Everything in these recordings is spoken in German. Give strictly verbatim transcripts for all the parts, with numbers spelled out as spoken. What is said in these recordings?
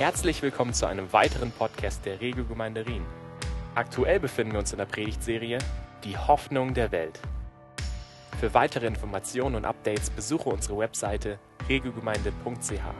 Herzlich willkommen zu einem weiteren Podcast der Regio-Gemeinde Rien. Aktuell befinden wir uns in der Predigtserie Die Hoffnung der Welt. Für weitere Informationen und Updates besuche unsere Webseite regiogemeinde punkt c h.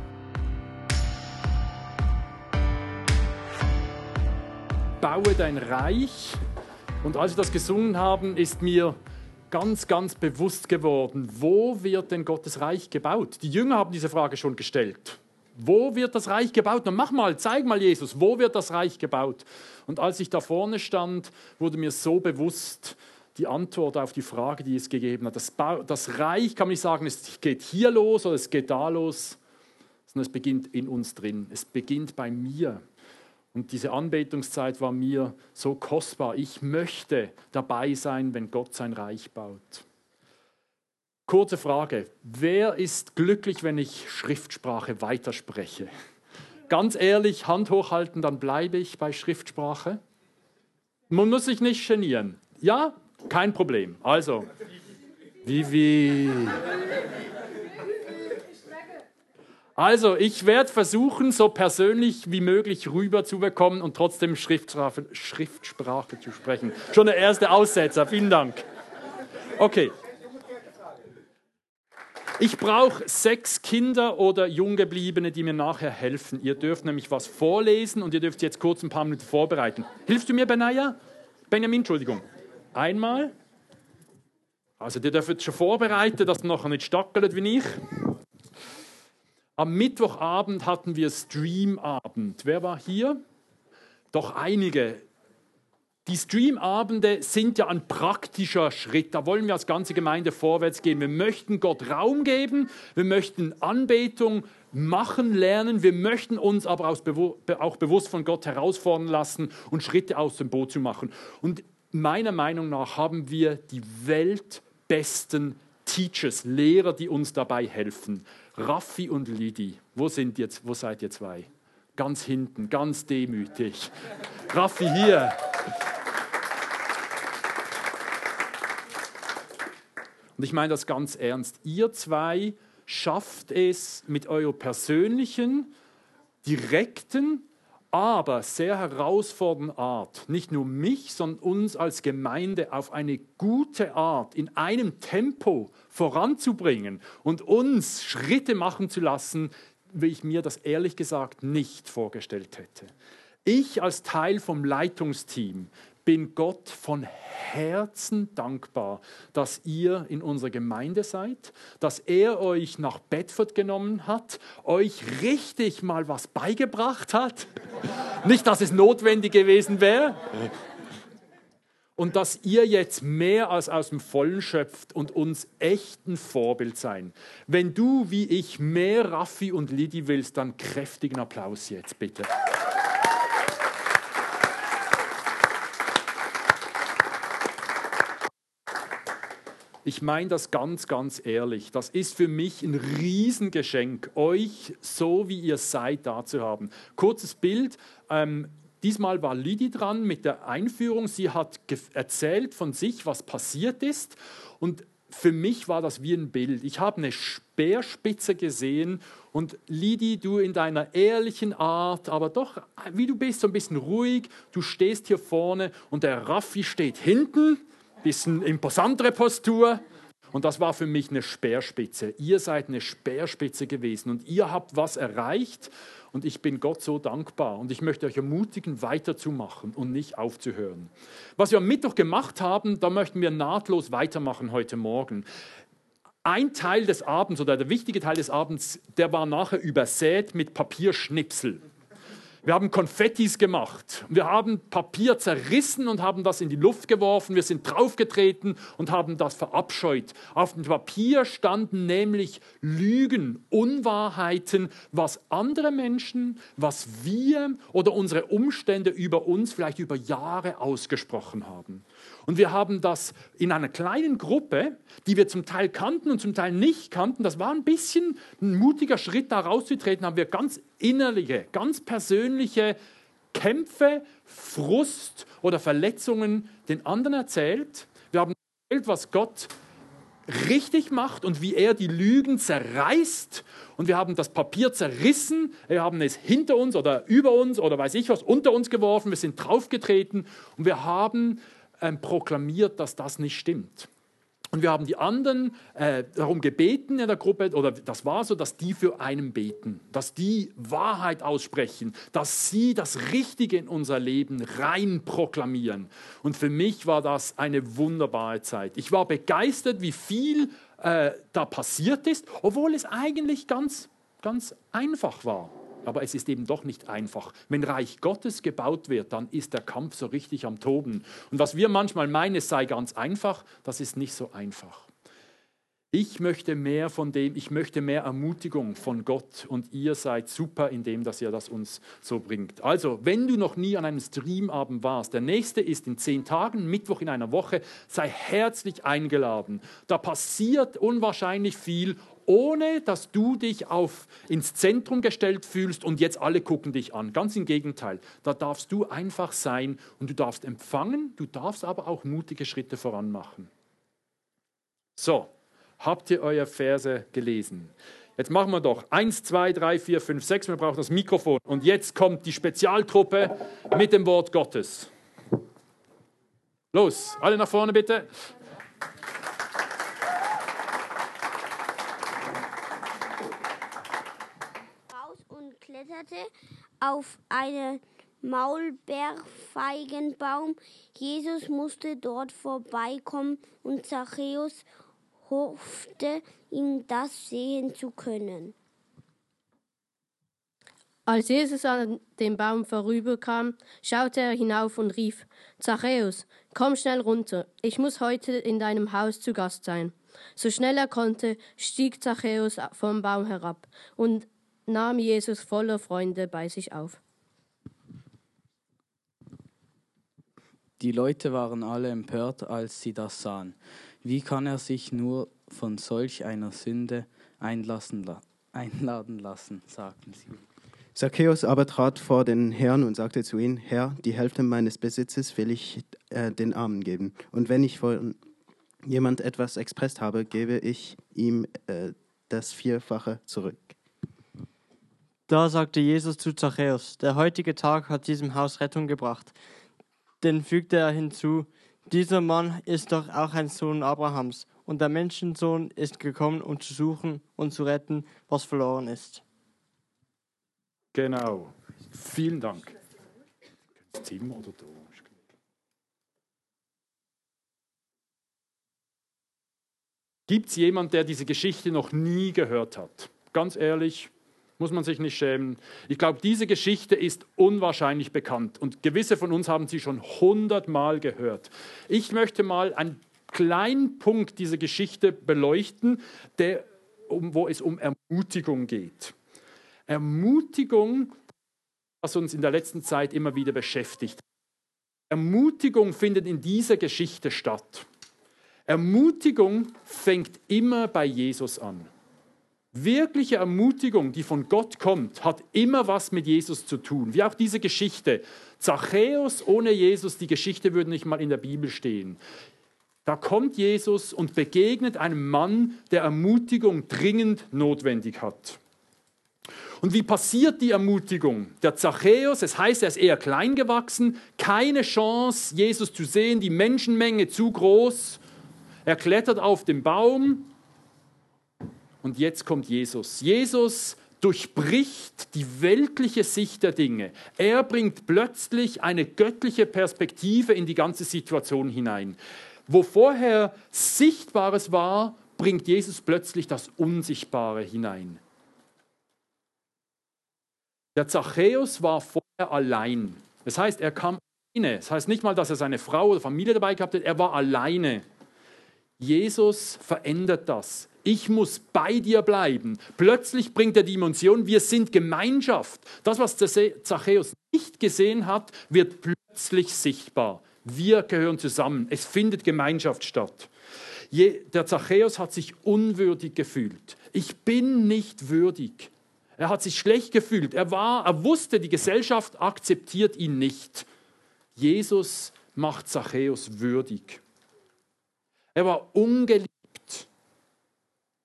Baue dein Reich. Und als wir das gesungen haben, ist mir ganz, ganz bewusst geworden, wo wird denn Gottes Reich gebaut? Die Jünger haben diese Frage schon gestellt. Wo wird das Reich gebaut? Na, mach mal, zeig mal, Jesus, wo wird das Reich gebaut? Und als ich da vorne stand, wurde mir so bewusst die Antwort auf die Frage, die es gegeben hat. Das, ba- das Reich, kann man nicht sagen, es geht hier los oder es geht da los, sondern es beginnt in uns drin. Es beginnt bei mir. Und diese Anbetungszeit war mir so kostbar. Ich möchte dabei sein, wenn Gott sein Reich baut. Kurze Frage, wer ist glücklich, wenn ich Schriftsprache weiterspreche? Ganz ehrlich, Hand hochhalten, dann bleibe ich bei Schriftsprache. Man muss sich nicht genieren. Ja, kein Problem. Also, Vivi. Also, ich werde versuchen, so persönlich wie möglich rüberzubekommen und trotzdem Schriftsprache, Schriftsprache zu sprechen. Schon der erste Aussetzer, vielen Dank. Okay. Ich brauche sechs Kinder oder Junggebliebene, die mir nachher helfen. Ihr dürft nämlich was vorlesen und ihr dürft jetzt kurz ein paar Minuten vorbereiten. Hilfst du mir, Benaya? Benjamin, Entschuldigung. Einmal. Also, ihr dürft schon vorbereiten, dass ihr noch nicht stackelt wie ich. Am Mittwochabend hatten wir Streamabend. Wer war hier? Doch einige. Die Streamabende sind ja ein praktischer Schritt. Da wollen wir als ganze Gemeinde vorwärts gehen. Wir möchten Gott Raum geben. Wir möchten Anbetung machen lernen. Wir möchten uns aber auch bewusst von Gott herausfordern lassen und Schritte aus dem Boot zu machen. Und meiner Meinung nach haben wir die weltbesten Teachers, Lehrer, die uns dabei helfen. Raffi und Lidi. Wo sind jetzt, wo seid ihr zwei? Ganz hinten, ganz demütig. Raffi hier. Und ich meine das ganz ernst. Ihr zwei schafft es mit eurer persönlichen, direkten, aber sehr herausfordernden Art, nicht nur mich, sondern uns als Gemeinde auf eine gute Art, in einem Tempo voranzubringen und uns Schritte machen zu lassen, wie ich mir das ehrlich gesagt nicht vorgestellt hätte. Ich als Teil vom Leitungsteam bin Gott von Herzen dankbar, dass ihr in unserer Gemeinde seid, dass er euch nach Bedford genommen hat, euch richtig mal was beigebracht hat. Nicht, dass es notwendig gewesen wäre. Und dass ihr jetzt mehr als aus dem Vollen schöpft und uns echt ein Vorbild sein. Wenn du wie ich mehr Raffi und Lidi willst, dann kräftigen Applaus jetzt, bitte. Ich meine das ganz, ganz ehrlich. Das ist für mich ein Riesengeschenk, euch so wie ihr seid da zu haben. Kurzes Bild. Ähm, diesmal war Lidi dran mit der Einführung. Sie hat erzählt von sich, was passiert ist. Und für mich war das wie ein Bild. Ich habe eine Speerspitze gesehen und Lidi, du in deiner ehrlichen Art, aber doch, wie du bist, so ein bisschen ruhig. Du stehst hier vorne und der Raffi steht hinten. Bisschen imposantere Postur. Und das war für mich eine Speerspitze. Ihr seid eine Speerspitze gewesen und ihr habt was erreicht und ich bin Gott so dankbar und ich möchte euch ermutigen, weiterzumachen und nicht aufzuhören. Was wir am Mittwoch gemacht haben, da möchten wir nahtlos weitermachen heute Morgen. Ein Teil des Abends oder der wichtige Teil des Abends, der war nachher übersät mit Papierschnipsel. Wir haben Konfettis gemacht. Wir haben Papier zerrissen und haben das in die Luft geworfen. Wir sind draufgetreten und haben das verabscheut. Auf dem Papier standen nämlich Lügen, Unwahrheiten, was andere Menschen, was wir oder unsere Umstände über uns vielleicht über Jahre ausgesprochen haben. Und wir haben das in einer kleinen Gruppe, die wir zum Teil kannten und zum Teil nicht kannten, das war ein bisschen ein mutiger Schritt, da rauszutreten, haben wir ganz innerliche, ganz persönliche Kämpfe, Frust oder Verletzungen den anderen erzählt. Wir haben erzählt, was Gott richtig macht und wie er die Lügen zerreißt. Und wir haben das Papier zerrissen, wir haben es hinter uns oder über uns oder weiß ich was, unter uns geworfen, wir sind draufgetreten und wir haben ähm, proklamiert, dass das nicht stimmt. Und wir haben die anderen äh, darum gebeten in der Gruppe, oder das war so, dass die für einen beten, dass die Wahrheit aussprechen, dass sie das Richtige in unser Leben rein proklamieren. Und für mich war das eine wunderbare Zeit. Ich war begeistert, wie viel äh, da passiert ist, obwohl es eigentlich ganz, ganz einfach war. Aber es ist eben doch nicht einfach. Wenn Reich Gottes gebaut wird, dann ist der Kampf so richtig am Toben. Und was wir manchmal meinen, es sei ganz einfach, das ist nicht so einfach. Ich möchte mehr von dem, ich möchte mehr Ermutigung von Gott und ihr seid super in dem, dass ihr das uns so bringt. Also, wenn du noch nie an einem Streamabend warst, der nächste ist in zehn Tagen, Mittwoch in einer Woche, sei herzlich eingeladen. Da passiert unwahrscheinlich viel, ohne dass du dich auf, ins Zentrum gestellt fühlst und jetzt alle gucken dich an. Ganz im Gegenteil, da darfst du einfach sein und du darfst empfangen, du darfst aber auch mutige Schritte voran machen. So. Habt ihr eure Verse gelesen? Jetzt machen wir doch eins, zwei, drei, vier, fünf, sechs. Wir brauchen das Mikrofon. Und jetzt kommt die Spezialtruppe mit dem Wort Gottes. Los, alle nach vorne bitte. Raus und kletterte auf einen Maulbeerfeigenbaum. Jesus musste dort vorbeikommen und Zachäus hoffte, ihm das sehen zu können. Als Jesus an dem Baum vorüberkam, schaute er hinauf und rief: Zachäus, komm schnell runter, ich muss heute in deinem Haus zu Gast sein. So schnell er konnte, stieg Zachäus vom Baum herab und nahm Jesus voller Freunde bei sich auf. Die Leute waren alle empört, als sie das sahen. Wie kann er sich nur von solch einer Sünde einlassen, einladen lassen, sagten sie. Zachäus aber trat vor den Herrn und sagte zu ihm: Herr, die Hälfte meines Besitzes will ich äh, den Armen geben. Und wenn ich von jemand etwas expresst habe, gebe ich ihm äh, das Vierfache zurück. Da sagte Jesus zu Zachäus: Der heutige Tag hat diesem Haus Rettung gebracht. Denn fügte er hinzu: Dieser Mann ist doch auch ein Sohn Abrahams, und der Menschensohn ist gekommen, um zu suchen und zu retten, was verloren ist. Genau. Vielen Dank. Zimmer oder da? Gibt es jemanden, der diese Geschichte noch nie gehört hat? Ganz ehrlich, muss man sich nicht schämen. Ich glaube, diese Geschichte ist unwahrscheinlich bekannt und gewisse von uns haben sie schon hundertmal gehört. Ich möchte mal einen kleinen Punkt dieser Geschichte beleuchten, der, um, wo es um Ermutigung geht. Ermutigung, was uns in der letzten Zeit immer wieder beschäftigt. Ermutigung findet in dieser Geschichte statt. Ermutigung fängt immer bei Jesus an. Wirkliche Ermutigung, die von Gott kommt, hat immer was mit Jesus zu tun. Wie auch diese Geschichte. Zachäus ohne Jesus, die Geschichte würde nicht mal in der Bibel stehen. Da kommt Jesus und begegnet einem Mann, der Ermutigung dringend notwendig hat. Und wie passiert die Ermutigung? Der Zachäus, es heißt, er ist eher klein gewachsen, keine Chance, Jesus zu sehen, die Menschenmenge zu groß. Er klettert auf den Baum. Und jetzt kommt Jesus. Jesus durchbricht die weltliche Sicht der Dinge. Er bringt plötzlich eine göttliche Perspektive in die ganze Situation hinein. Wo vorher Sichtbares war, bringt Jesus plötzlich das Unsichtbare hinein. Der Zachäus war vorher allein. Das heißt, er kam alleine. Das heißt nicht mal, dass er seine Frau oder Familie dabei gehabt hat, er war alleine. Jesus verändert das. Ich muss bei dir bleiben. Plötzlich bringt er die Dimension, wir sind Gemeinschaft. Das, was Zachäus nicht gesehen hat, wird plötzlich sichtbar. Wir gehören zusammen. Es findet Gemeinschaft statt. Der Zachäus hat sich unwürdig gefühlt. Ich bin nicht würdig. Er hat sich schlecht gefühlt. Er war, er wusste, die Gesellschaft akzeptiert ihn nicht. Jesus macht Zachäus würdig. Er war ungeliebt.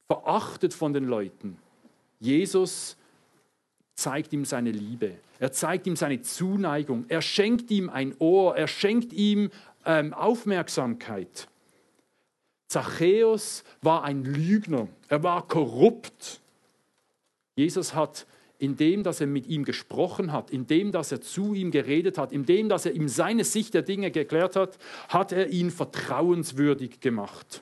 verachtet von den Leuten. Jesus zeigt ihm seine Liebe. Er zeigt ihm seine Zuneigung. Er schenkt ihm ein Ohr. Er schenkt ihm ähm, Aufmerksamkeit. Zachäus war ein Lügner. Er war korrupt. Jesus hat, indem dass er mit ihm gesprochen hat, indem dass er zu ihm geredet hat, indem dass er ihm seine Sicht der Dinge geklärt hat, hat er ihn vertrauenswürdig gemacht.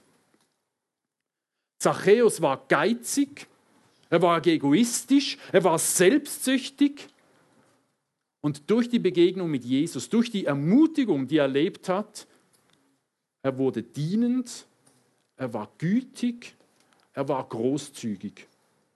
Zachäus war geizig, er war egoistisch, er war selbstsüchtig. Und durch die Begegnung mit Jesus, durch die Ermutigung, die er erlebt hat, er wurde dienend, er war gütig, er war großzügig.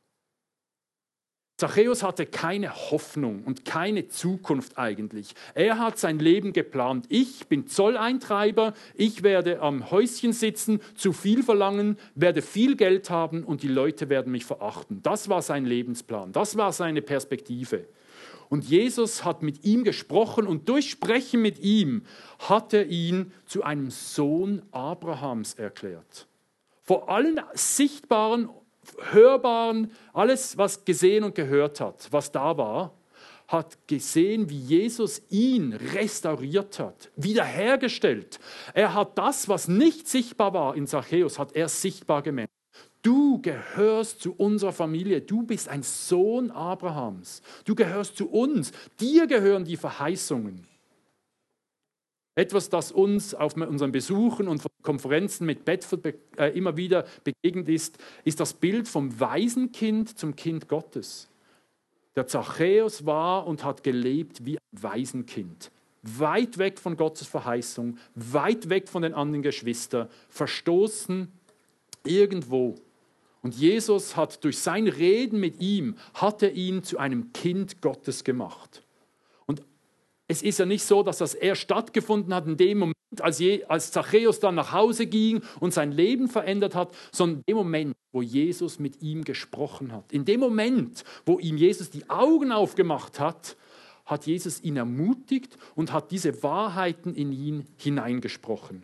Zachäus hatte keine Hoffnung und keine Zukunft eigentlich. Er hat sein Leben geplant. Ich bin Zolleintreiber, ich werde am Häuschen sitzen, zu viel verlangen, werde viel Geld haben und die Leute werden mich verachten. Das war sein Lebensplan, das war seine Perspektive. Und Jesus hat mit ihm gesprochen und durch Sprechen mit ihm hat er ihn zu einem Sohn Abrahams erklärt. Vor allen sichtbaren, hörbaren, alles, was gesehen und gehört hat, was da war, hat gesehen, wie Jesus ihn restauriert hat, wiederhergestellt. Er hat das, was nicht sichtbar war in Zachäus, hat er sichtbar gemacht. Du gehörst zu unserer Familie, du bist ein Sohn Abrahams, du gehörst zu uns, dir gehören die Verheißungen. Etwas, das uns auf unseren Besuchen und Konferenzen mit Bedford äh, immer wieder begegnet ist, ist das Bild vom Waisenkind zum Kind Gottes. Der Zachäus war und hat gelebt wie ein Waisenkind. Weit weg von Gottes Verheißung, weit weg von den anderen Geschwistern, verstoßen irgendwo. Und Jesus hat durch sein Reden mit ihm, hat er ihn zu einem Kind Gottes gemacht. Und es ist ja nicht so, dass das erst stattgefunden hat in dem Moment, als, Je, als Zachäus dann nach Hause ging und sein Leben verändert hat, sondern in dem Moment, wo Jesus mit ihm gesprochen hat. In dem Moment, wo ihm Jesus die Augen aufgemacht hat, hat Jesus ihn ermutigt und hat diese Wahrheiten in ihn hineingesprochen.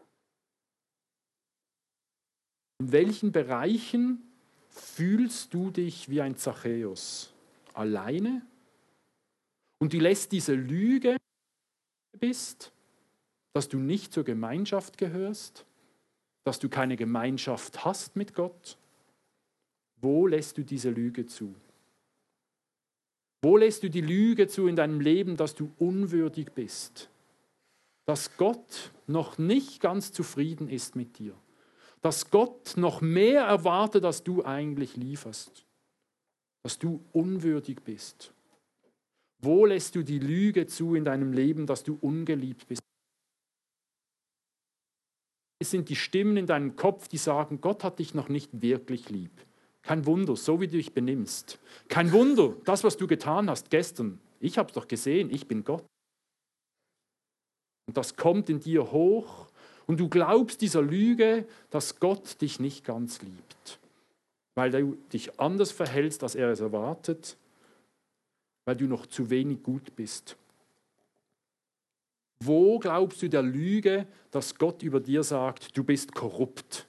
In welchen Bereichen fühlst du dich wie ein Zachäus? Alleine? Und du lässt diese Lüge bist, dass du nicht zur Gemeinschaft gehörst, dass du keine Gemeinschaft hast mit Gott? Wo lässt du diese Lüge zu? Wo lässt du die Lüge zu in deinem Leben, dass du unwürdig bist? Dass Gott noch nicht ganz zufrieden ist mit dir? Dass Gott noch mehr erwartet, als du eigentlich lieferst? Dass du unwürdig bist? Wo lässt du die Lüge zu in deinem Leben, dass du ungeliebt bist? Es sind die Stimmen in deinem Kopf, die sagen, Gott hat dich noch nicht wirklich lieb. Kein Wunder, so wie du dich benimmst. Kein Wunder, das, was du getan hast gestern. Ich habe es doch gesehen, ich bin Gott. Und das kommt in dir hoch und du glaubst dieser Lüge, dass Gott dich nicht ganz liebt. Weil du dich anders verhältst, als er es erwartet, weil du noch zu wenig gut bist. Wo glaubst du der Lüge, dass Gott über dir sagt, du bist korrupt?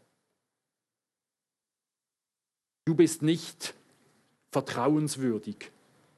Du bist nicht vertrauenswürdig.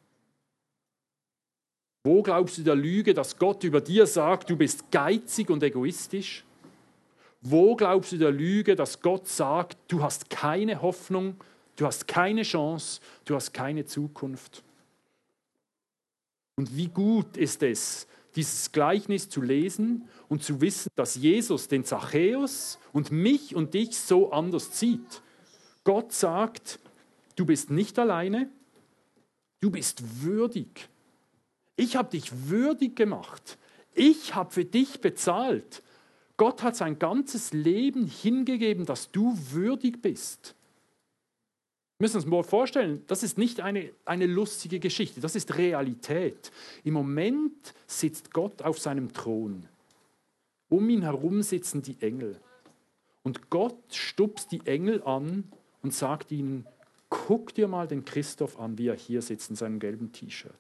Wo glaubst du der Lüge, dass Gott über dir sagt, du bist geizig und egoistisch? Wo glaubst du der Lüge, dass Gott sagt, du hast keine Hoffnung, du hast keine Chance, du hast keine Zukunft? Und wie gut ist es, dieses Gleichnis zu lesen und zu wissen, dass Jesus den Zachäus und mich und dich so anders sieht. Gott sagt, du bist nicht alleine, du bist würdig. Ich habe dich würdig gemacht. Ich habe für dich bezahlt. Gott hat sein ganzes Leben hingegeben, dass du würdig bist. Wir müssen uns mal vorstellen, das ist nicht eine, eine lustige Geschichte, das ist Realität. Im Moment sitzt Gott auf seinem Thron. Um ihn herum sitzen die Engel. Und Gott stupst die Engel an und sagt ihnen, guck dir mal den Christoph an, wie er hier sitzt in seinem gelben T-Shirt.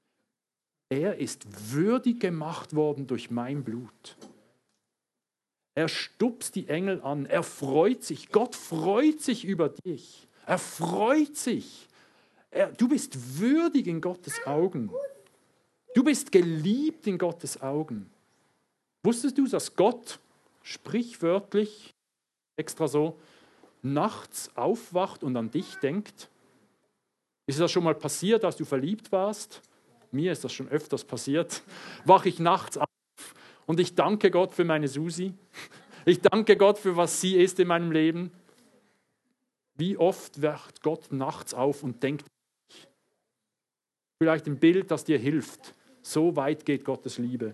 Er ist würdig gemacht worden durch mein Blut. Er stupst die Engel an. Er freut sich. Gott freut sich über dich. Er freut sich. Er, du bist würdig in Gottes Augen. Du bist geliebt in Gottes Augen. Wusstest du, dass Gott sprichwörtlich, extra so, nachts aufwacht und an dich denkt? Ist das schon mal passiert, als du verliebt warst? Mir ist das schon öfters passiert. Wache ich nachts auf und ich danke Gott für meine Susi. Ich danke Gott für was sie ist in meinem Leben. Wie oft wacht Gott nachts auf und denkt an dich? Vielleicht ein Bild, das dir hilft. So weit geht Gottes Liebe.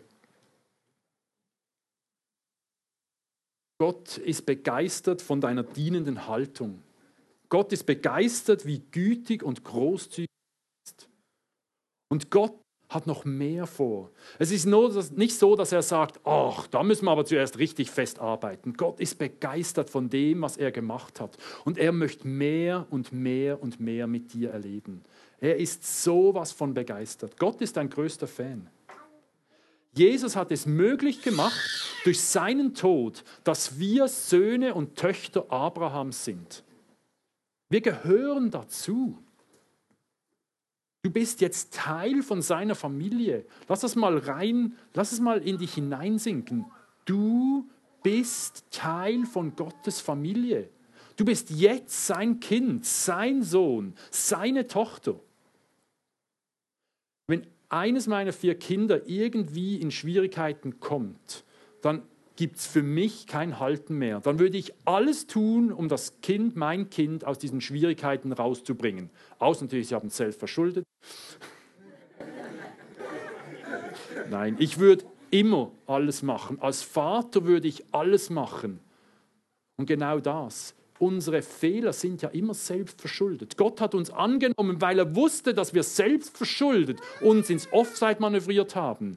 Gott ist begeistert von deiner dienenden Haltung. Gott ist begeistert, wie gütig und großzügig er ist. Und Gott hat noch mehr vor. Es ist nur, dass, nicht so, dass er sagt, ach, da müssen wir aber zuerst richtig fest arbeiten. Gott ist begeistert von dem, was er gemacht hat. Und er möchte mehr und mehr und mehr mit dir erleben. Er ist sowas von begeistert. Gott ist dein größter Fan. Jesus hat es möglich gemacht, durch seinen Tod, dass wir Söhne und Töchter Abrahams sind. Wir gehören dazu. Du bist jetzt Teil von seiner Familie. Lass das mal rein, lass es mal in dich hineinsinken. Du bist Teil von Gottes Familie. Du bist jetzt sein Kind, sein Sohn, seine Tochter. Wenn eines meiner vier Kinder irgendwie in Schwierigkeiten kommt, dann gibt es für mich kein Halten mehr. Dann würde ich alles tun, um das Kind, mein Kind, aus diesen Schwierigkeiten rauszubringen. Außer natürlich, sie haben es selbst verschuldet. Nein, ich würde immer alles machen. Als Vater würde ich alles machen. Und genau das. Unsere Fehler sind ja immer selbst verschuldet. Gott hat uns angenommen, weil er wusste, dass wir selbst verschuldet uns ins Offside manövriert haben.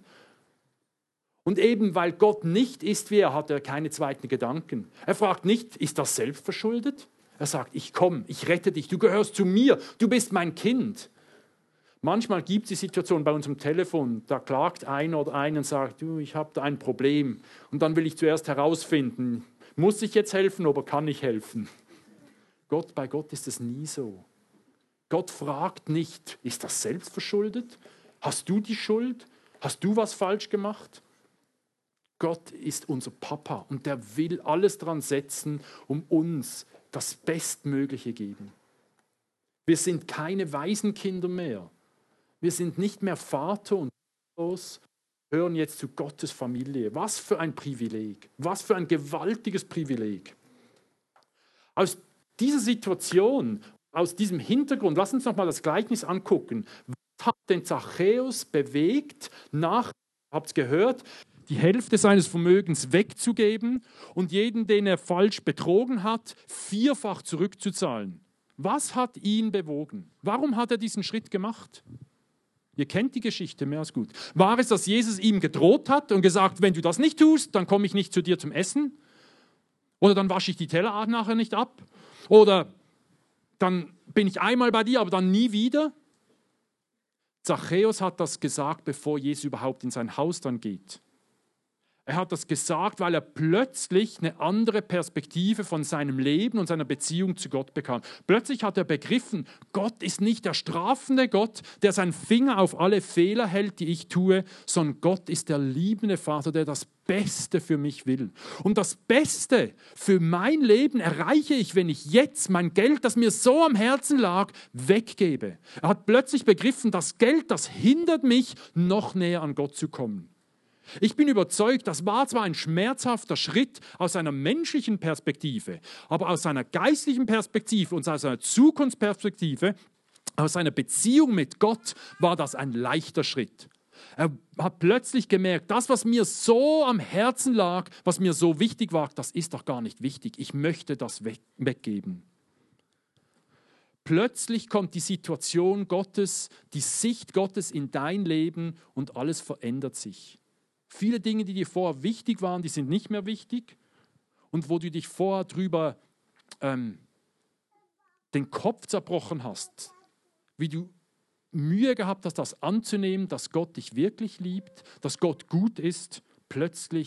Und eben weil Gott nicht ist wie er, hat er keine zweiten Gedanken. Er fragt nicht, ist das selbst verschuldet? Er sagt, ich komme, ich rette dich, du gehörst zu mir, du bist mein Kind. Manchmal gibt es die Situation bei unserem Telefon, da klagt einer oder einer und sagt, du, ich habe da ein Problem. Und dann will ich zuerst herausfinden, muss ich jetzt helfen oder kann ich helfen? Gott, bei Gott ist es nie so. Gott fragt nicht, ist das selbst verschuldet? Hast du die Schuld? Hast du was falsch gemacht? Gott ist unser Papa und der will alles dran setzen, um uns das Bestmögliche geben. Wir sind keine Waisenkinder mehr. Wir sind nicht mehr Vater und los, hören jetzt zu Gottes Familie. Was für ein Privileg, was für ein gewaltiges Privileg. Aus dieser Situation, aus diesem Hintergrund, lass uns noch mal das Gleichnis angucken. Was hat den Zachäus bewegt, nach, habt ihr gehört, die Hälfte seines Vermögens wegzugeben und jeden, den er falsch betrogen hat, vierfach zurückzuzahlen? Was hat ihn bewogen? Warum hat er diesen Schritt gemacht? Ihr kennt die Geschichte mehr als gut. War es, dass Jesus ihm gedroht hat und gesagt, wenn du das nicht tust, dann komme ich nicht zu dir zum Essen? Oder dann wasche ich die Teller nachher nicht ab? Oder dann bin ich einmal bei dir, aber dann nie wieder? Zachäus hat das gesagt, bevor Jesus überhaupt in sein Haus dann geht. Er hat das gesagt, weil er plötzlich eine andere Perspektive von seinem Leben und seiner Beziehung zu Gott bekam. Plötzlich hat er begriffen, Gott ist nicht der strafende Gott, der seinen Finger auf alle Fehler hält, die ich tue, sondern Gott ist der liebende Vater, der das Beste für mich will. Und das Beste für mein Leben erreiche ich, wenn ich jetzt mein Geld, das mir so am Herzen lag, weggebe. Er hat plötzlich begriffen, das Geld, das hindert mich, noch näher an Gott zu kommen. Ich bin überzeugt, das war zwar ein schmerzhafter Schritt aus einer menschlichen Perspektive, aber aus einer geistlichen Perspektive und aus einer Zukunftsperspektive, aus einer Beziehung mit Gott, war das ein leichter Schritt. Er hat plötzlich gemerkt, das, was mir so am Herzen lag, was mir so wichtig war, das ist doch gar nicht wichtig. Ich möchte das weg- weggeben. Plötzlich kommt die Situation Gottes, die Sicht Gottes in dein Leben und alles verändert sich. Viele Dinge, die dir vorher wichtig waren, die sind nicht mehr wichtig. Und wo du dich vorher drüber ähm, den Kopf zerbrochen hast, wie du Mühe gehabt hast, das anzunehmen, dass Gott dich wirklich liebt, dass Gott gut ist, plötzlich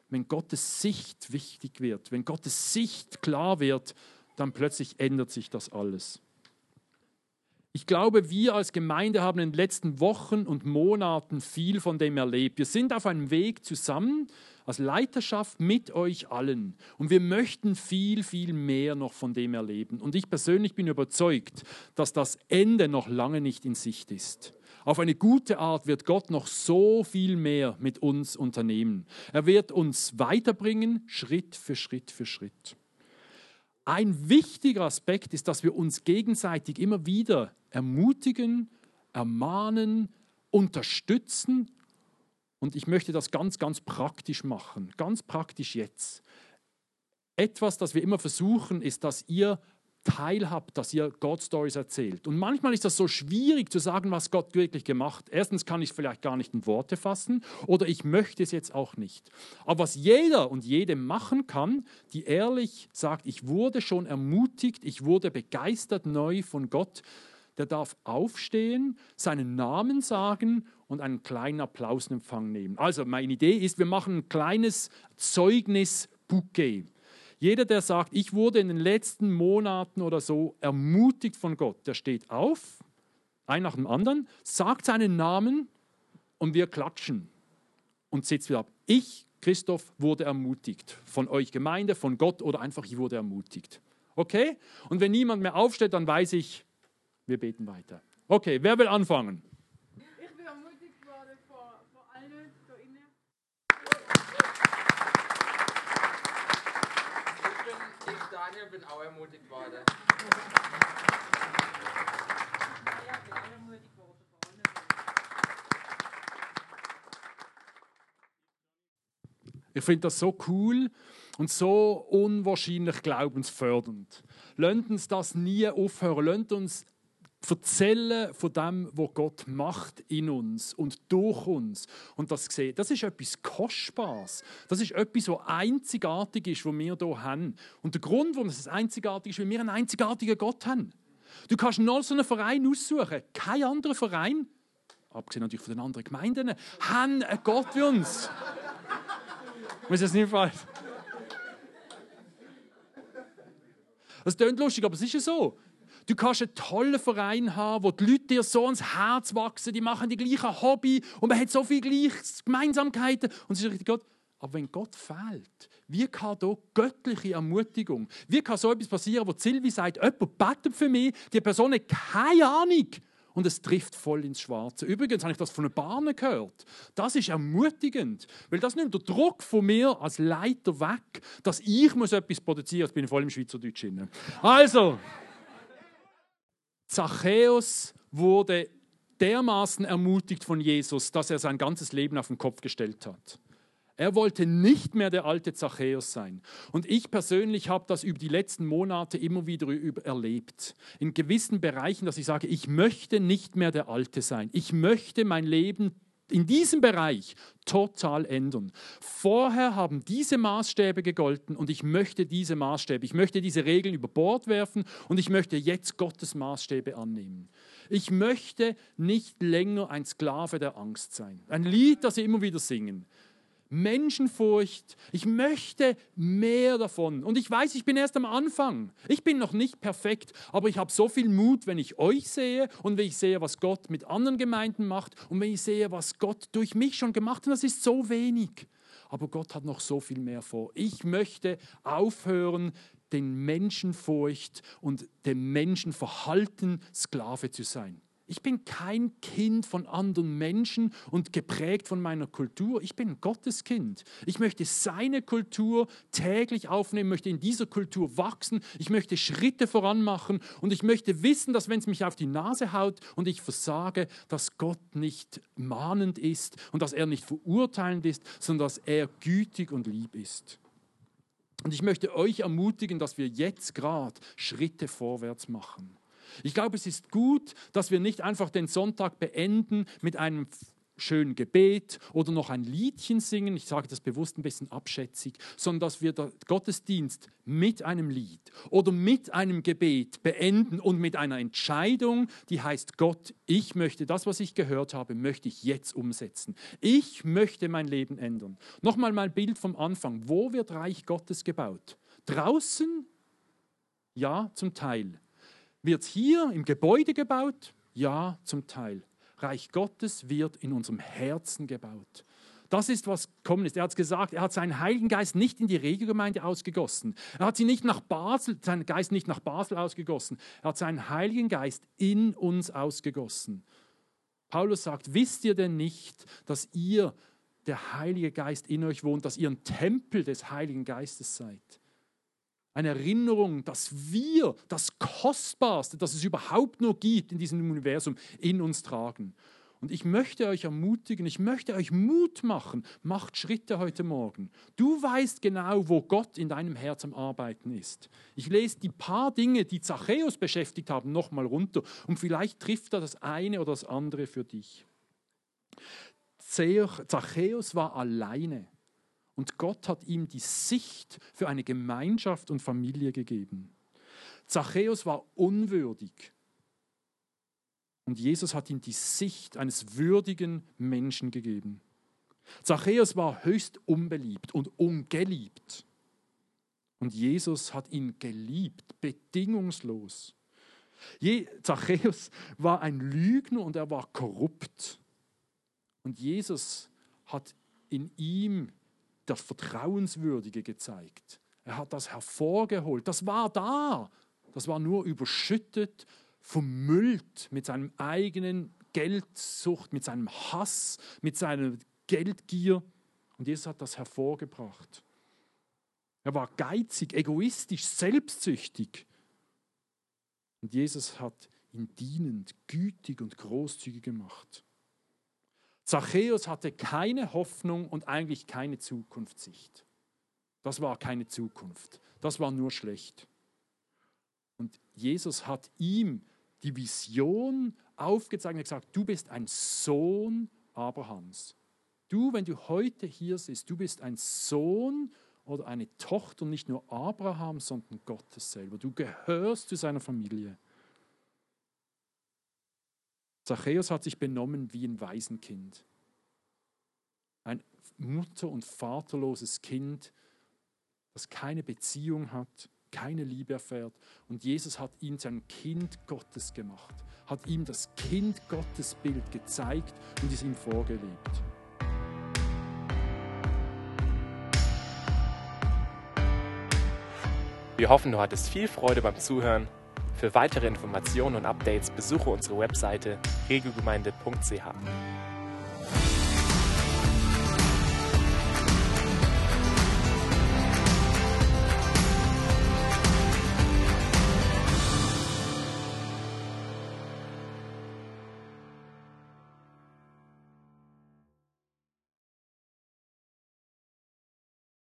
wenn Gottes Sicht wichtig wird, wenn Gottes Sicht klar wird, dann plötzlich ändert sich das alles. Ich glaube, wir als Gemeinde haben in den letzten Wochen und Monaten viel von dem erlebt. Wir sind auf einem Weg zusammen, als Leiterschaft mit euch allen. Und wir möchten viel, viel mehr noch von dem erleben. Und ich persönlich bin überzeugt, dass das Ende noch lange nicht in Sicht ist. Auf eine gute Art wird Gott noch so viel mehr mit uns unternehmen. Er wird uns weiterbringen, Schritt für Schritt für Schritt. Ein wichtiger Aspekt ist, dass wir uns gegenseitig immer wieder ermutigen, ermahnen, unterstützen. Und ich möchte das ganz, ganz praktisch machen, ganz praktisch jetzt. Etwas, das wir immer versuchen, ist, dass ihr teilhabt, dass ihr God Stories erzählt. Und manchmal ist das so schwierig zu sagen, was Gott wirklich gemacht hat. Erstens kann ich es vielleicht gar nicht in Worte fassen oder ich möchte es jetzt auch nicht. Aber was jeder und jede machen kann, die ehrlich sagt, ich wurde schon ermutigt, ich wurde begeistert neu von Gott, der darf aufstehen, seinen Namen sagen und einen kleinen Applaus in Empfang nehmen. Also meine Idee ist, wir machen ein kleines Zeugnis-Bouquet. Jeder, der sagt, ich wurde in den letzten Monaten oder so ermutigt von Gott, der steht auf, ein nach dem anderen, sagt seinen Namen und wir klatschen und sitzt wieder ab. Ich, Christoph, wurde ermutigt von euch Gemeinde, von Gott oder einfach, ich wurde ermutigt. Okay? Und wenn niemand mehr aufsteht, dann weiß ich, wir beten weiter. Okay, wer will anfangen? Ich bin ermutigt worden von, von allen da innen. Ich, Daniel, bin auch ermutigt worden. Ja, ich bin auch ermutigt worden von allen. Ich finde das so cool und so unwahrscheinlich glaubensfördernd. Lasst uns das nie aufhören. Lasst uns erzählen von dem, was Gott macht in uns und durch uns. Und das sehen, das ist etwas Kostbares. Das ist etwas, was einzigartig ist, was wir hier haben. Und der Grund, warum es einzigartig ist, weil wir einen einzigartigen Gott haben. Du kannst noch so einen Verein aussuchen. Kein anderer Verein, abgesehen natürlich von den anderen Gemeinden, haben einen Gott wie uns. Ist das nicht falsch? Das klingt lustig, aber es ist ja so. Du kannst einen tollen Verein haben, wo die Leute dir so ans Herz wachsen, die machen die gleichen Hobby und man hat so viele gleiche Gemeinsamkeiten. Und es ist richtig Gott. Aber wenn Gott fehlt, wie kann da göttliche Ermutigung, wie kann so etwas passieren, wo Silvi sagt, jemand betet für mich, die Person hat keine Ahnung. Und es trifft voll ins Schwarze. Übrigens habe ich das von einer Bahn gehört. Das ist ermutigend, weil das nimmt den Druck von mir als Leiter weg, dass ich muss etwas produzieren muss. Jetzt bin ich voll im Schweizerdeutsch drin. Also, Zachäus wurde dermaßen ermutigt von Jesus, dass er sein ganzes Leben auf den Kopf gestellt hat. Er wollte nicht mehr der alte Zachäus sein. Und ich persönlich habe das über die letzten Monate immer wieder erlebt. In gewissen Bereichen, dass ich sage, ich möchte nicht mehr der Alte sein. Ich möchte mein Leben in diesem Bereich total ändern. Vorher haben diese Maßstäbe gegolten und ich möchte diese Maßstäbe, ich möchte diese Regeln über Bord werfen und ich möchte jetzt Gottes Maßstäbe annehmen. Ich möchte nicht länger ein Sklave der Angst sein. Ein Lied, das wir immer wieder singen. Menschenfurcht, ich möchte mehr davon. Und ich weiß, ich bin erst am Anfang. Ich bin noch nicht perfekt, aber ich habe so viel Mut, wenn ich euch sehe und wenn ich sehe, was Gott mit anderen Gemeinden macht und wenn ich sehe, was Gott durch mich schon gemacht hat. Das ist so wenig. Aber Gott hat noch so viel mehr vor. Ich möchte aufhören, den Menschenfurcht und dem Menschenverhalten Sklave zu sein. Ich bin kein Kind von anderen Menschen und geprägt von meiner Kultur. Ich bin Gottes Kind. Ich möchte seine Kultur täglich aufnehmen, möchte in dieser Kultur wachsen. Ich möchte Schritte voran machen und ich möchte wissen, dass wenn es mich auf die Nase haut und ich versage, dass Gott nicht mahnend ist und dass er nicht verurteilend ist, sondern dass er gütig und lieb ist. Und ich möchte euch ermutigen, dass wir jetzt gerade Schritte vorwärts machen. Ich glaube, es ist gut, dass wir nicht einfach den Sonntag beenden mit einem schön Gebet oder noch ein Liedchen singen, ich sage das bewusst ein bisschen abschätzig, sondern dass wir den Gottesdienst mit einem Lied oder mit einem Gebet beenden und mit einer Entscheidung, die heißt, Gott, ich möchte das, was ich gehört habe, möchte ich jetzt umsetzen. Ich möchte mein Leben ändern. Nochmal mein Bild vom Anfang. Wo wird Reich Gottes gebaut? Draußen? Ja, zum Teil. Wird hier im Gebäude gebaut? Ja, zum Teil. Reich Gottes wird in unserem Herzen gebaut. Das ist, was kommen ist. Er hat es gesagt, er hat seinen Heiligen Geist nicht in die Regelgemeinde ausgegossen. Er hat sie nicht nach Basel, seinen Geist nicht nach Basel ausgegossen. Er hat seinen Heiligen Geist in uns ausgegossen. Paulus sagt, wisst ihr denn nicht, dass ihr, der Heilige Geist in euch wohnt, dass ihr ein Tempel des Heiligen Geistes seid? Eine Erinnerung, dass wir das Kostbarste, das es überhaupt nur gibt in diesem Universum, in uns tragen. Und ich möchte euch ermutigen, ich möchte euch Mut machen, macht Schritte heute Morgen. Du weißt genau, wo Gott in deinem Herz am Arbeiten ist. Ich lese die paar Dinge, die Zachäus beschäftigt haben, nochmal runter und vielleicht trifft er das eine oder das andere für dich. Zachäus war alleine. Und Gott hat ihm die Sicht für eine Gemeinschaft und Familie gegeben. Zachäus war unwürdig. Und Jesus hat ihm die Sicht eines würdigen Menschen gegeben. Zachäus war höchst unbeliebt und ungeliebt. Und Jesus hat ihn geliebt, bedingungslos. Zachäus war ein Lügner und er war korrupt. Und Jesus hat in ihm das Vertrauenswürdige gezeigt. Er hat das hervorgeholt. Das war da. Das war nur überschüttet, vermüllt mit seinem eigenen Geldsucht, mit seinem Hass, mit seiner Geldgier. Und Jesus hat das hervorgebracht. Er war geizig, egoistisch, selbstsüchtig. Und Jesus hat ihn dienend, gütig und großzügig gemacht. Zachäus hatte keine Hoffnung und eigentlich keine Zukunftssicht. Das war keine Zukunft. Das war nur schlecht. Und Jesus hat ihm die Vision aufgezeigt und gesagt, du bist ein Sohn Abrahams. Du, wenn du heute hier bist, du bist ein Sohn oder eine Tochter nicht nur Abrahams, sondern Gottes selber. Du gehörst zu seiner Familie. Zachäus hat sich benommen wie ein Waisenkind. Ein mutter- und vaterloses Kind, das keine Beziehung hat, keine Liebe erfährt. Und Jesus hat ihn zu einem Kind Gottes gemacht, hat ihm das Kind Gottes Bild gezeigt und es ihm vorgelebt. Wir hoffen, du hattest viel Freude beim Zuhören. Für weitere Informationen und Updates besuche unsere Webseite regelgemeinde punkt c h.